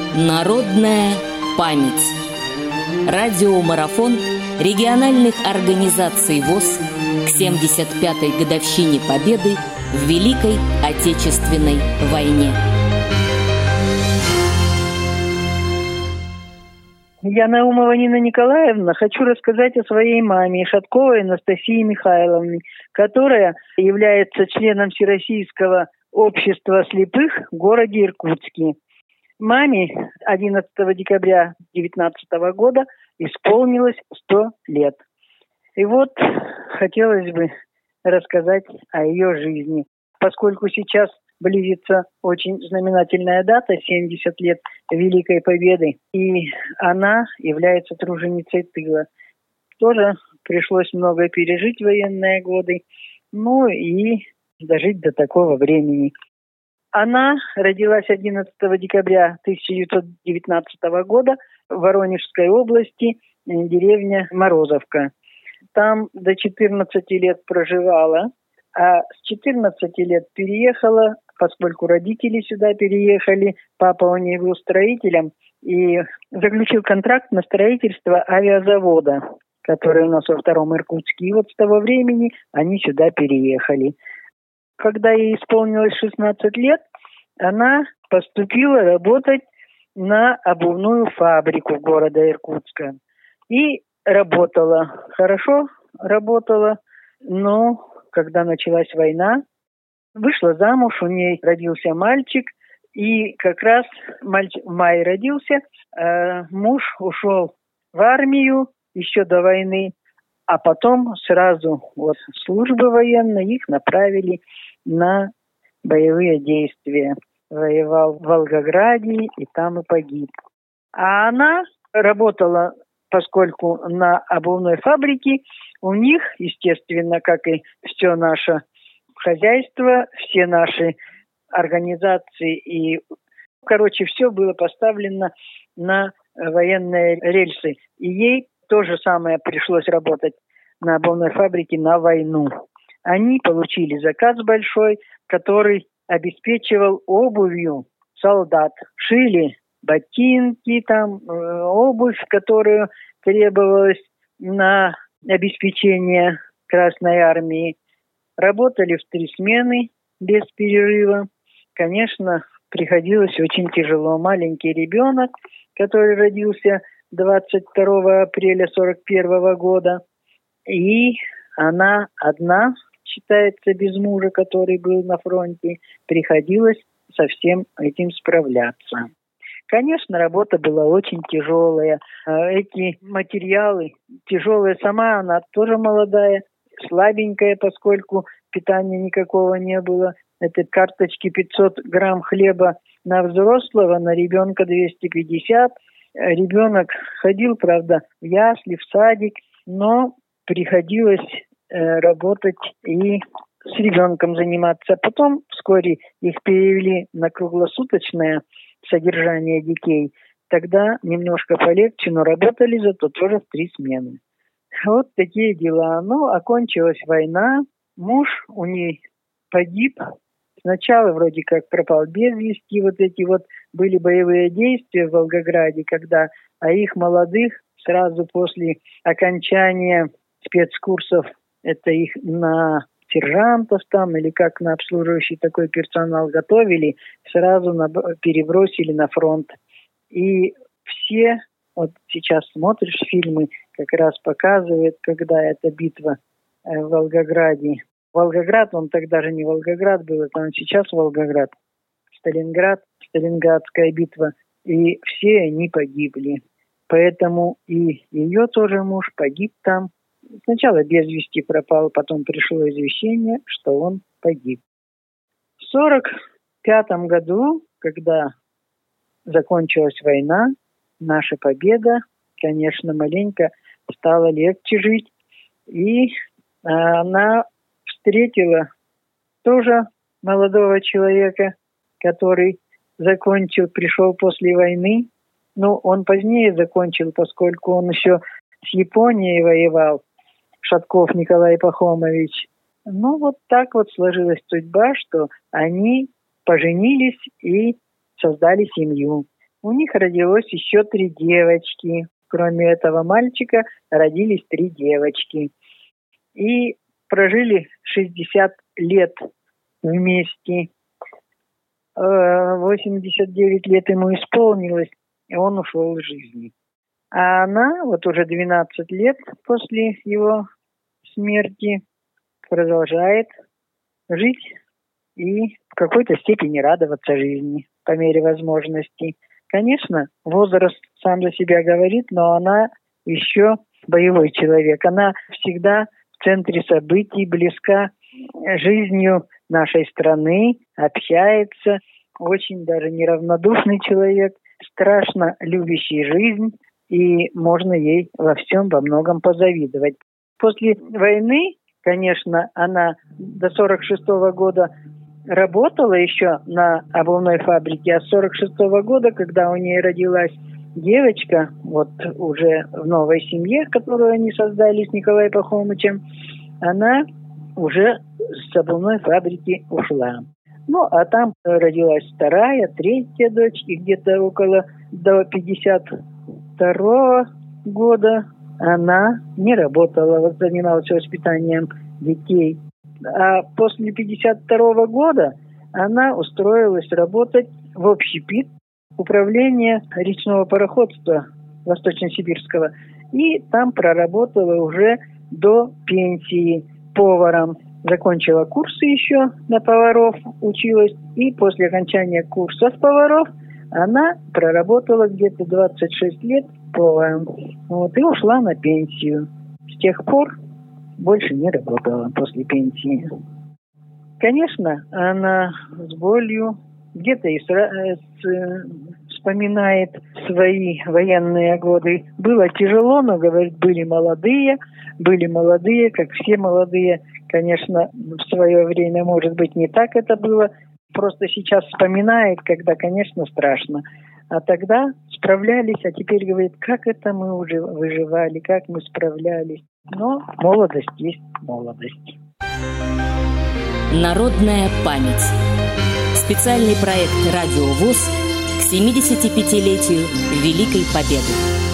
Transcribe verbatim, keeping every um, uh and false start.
Народная память. Радиомарафон региональных организаций ВОС к семьдесят пятой годовщине Победы в Великой Отечественной войне. Я, Наумова Нина Николаевна, хочу рассказать о своей маме, Шатковой Анастасии Михайловне, которая является членом Всероссийского общества слепых в городе Иркутске. Маме одиннадцатого декабря две тысячи девятнадцатого года исполнилось сто лет. И вот хотелось бы рассказать о ее жизни, поскольку сейчас близится очень знаменательная дата, семьдесят лет Великой Победы, и она является труженицей тыла. Тоже пришлось многое пережить в военные годы, ну и дожить до такого времени. Она родилась одиннадцатого декабря тысяча девятьсот девятнадцатого года в Воронежской области, деревня Морозовка. Там до четырнадцати лет проживала, а с четырнадцати лет переехала, поскольку родители сюда переехали. Папа у нее был строителем и заключил контракт на строительство авиазавода, который у нас во втором Иркутске. И вот с того времени они сюда переехали. Когда ей исполнилось шестнадцать лет, она поступила работать на обувную фабрику города Иркутска. И работала, хорошо работала, но когда началась война, вышла замуж, у ней родился мальчик, и как раз мальчик в мае родился, э, муж ушел в армию еще до войны, а потом сразу вот службы военной их направили на боевые действия. Воевал в Волгограде и там и погиб. А она работала, поскольку на обувной фабрике у них, естественно, как и все наше хозяйство, все наши организации и, короче, все было поставлено на военные рельсы. И ей то же самое пришлось работать на обувной фабрике на войну. Они получили заказ большой, который обеспечивал обувью солдат. Шили ботинки, там, э, обувь, которую требовалось на обеспечение Красной Армии. Работали в три смены без перерыва. Конечно, приходилось очень тяжело. Маленький ребенок, который родился двадцать второго апреля сорок первого года. И она одна, считается, без мужа, который был на фронте, приходилось со всем этим справляться. Конечно, работа была очень тяжелая. Эти материалы тяжелые. Сама она тоже молодая, слабенькая, поскольку питания никакого не было. Это карточки пятьсот грамм хлеба на взрослого, на ребенка двести пятьдесят. Ребенок ходил, правда, в ясли, в садик, но приходилось э, работать и с ребенком заниматься. Потом вскоре их перевели на круглосуточное содержание детей. Тогда немножко полегче, но работали зато тоже в три смены. Вот такие дела. Ну, окончилась война. Муж у ней погиб. Сначала вроде как пропал без вести. Вот эти вот были боевые действия в Волгограде, когда, а их молодых сразу после окончания спецкурсов, это их на сержантов там или как на обслуживающий такой персонал готовили, сразу на, перебросили на фронт. И все, вот сейчас смотришь фильмы, как раз показывают, когда эта битва в Волгограде. Волгоград, он тогда же не Волгоград был, это он сейчас Волгоград. Сталинград, Сталинградская битва. И все они погибли. Поэтому и ее тоже муж погиб там. Сначала без вести пропал, потом пришло извещение, что он погиб. В сорок пятом году, когда закончилась война, наша победа, конечно, маленько стало легче жить. И она встретила тоже молодого человека, который закончил, пришел после войны. Ну, он позднее закончил, поскольку он еще с Японией воевал. Шатков Николай Пахомович. Ну, вот так вот сложилась судьба, что они поженились и создали семью. У них родилось еще три девочки. Кроме этого мальчика родились три девочки. И прожили шестьдесят лет вместе. восемьдесят девять лет ему исполнилось, и он ушел из жизни. А она вот уже двенадцать лет после его смерти продолжает жить и в какой-то степени радоваться жизни по мере возможностей. Конечно, возраст сам за себя говорит, но она еще боевой человек. Она всегда в центре событий, близка жизнью нашей страны, общается, очень даже неравнодушный человек, страшно любящий жизнь, и можно ей во всем, во многом позавидовать. После войны, конечно, она до сорок шестого года работала еще на обувной фабрике, а с сорок шестого года, когда у нее родилась девочка, вот уже в новой семье, которую они создали с Николаем Пахомычем, она уже с обувной фабрики ушла. Ну, а там родилась вторая, третья дочь, и где-то около до пятьдесят второго года она не работала, вот занималась воспитанием детей. А после пятьдесят второго года она устроилась работать в общепит управления речного пароходства Восточно-Сибирского. И там проработала уже до пенсии поваром. Закончила курсы еще на поваров, училась. И после окончания курсов поваров она проработала где-то двадцать шесть лет поваром. Вот, и ушла на пенсию. С тех пор больше не работала после пенсии. Конечно, она с болью где-то и с, с, вспоминает свои военные годы. Было тяжело, но, говорит, были молодые, были молодые, как все молодые. Конечно, в свое время, может быть, не так это было. Просто сейчас вспоминает, когда, конечно, страшно. А тогда справлялись, а теперь, говорит, как это мы уже выживали, как мы справлялись. Но молодость есть молодость. Народная память. Специальный проект «Радио ВОС» к семидесятипятилетию Великой Победы.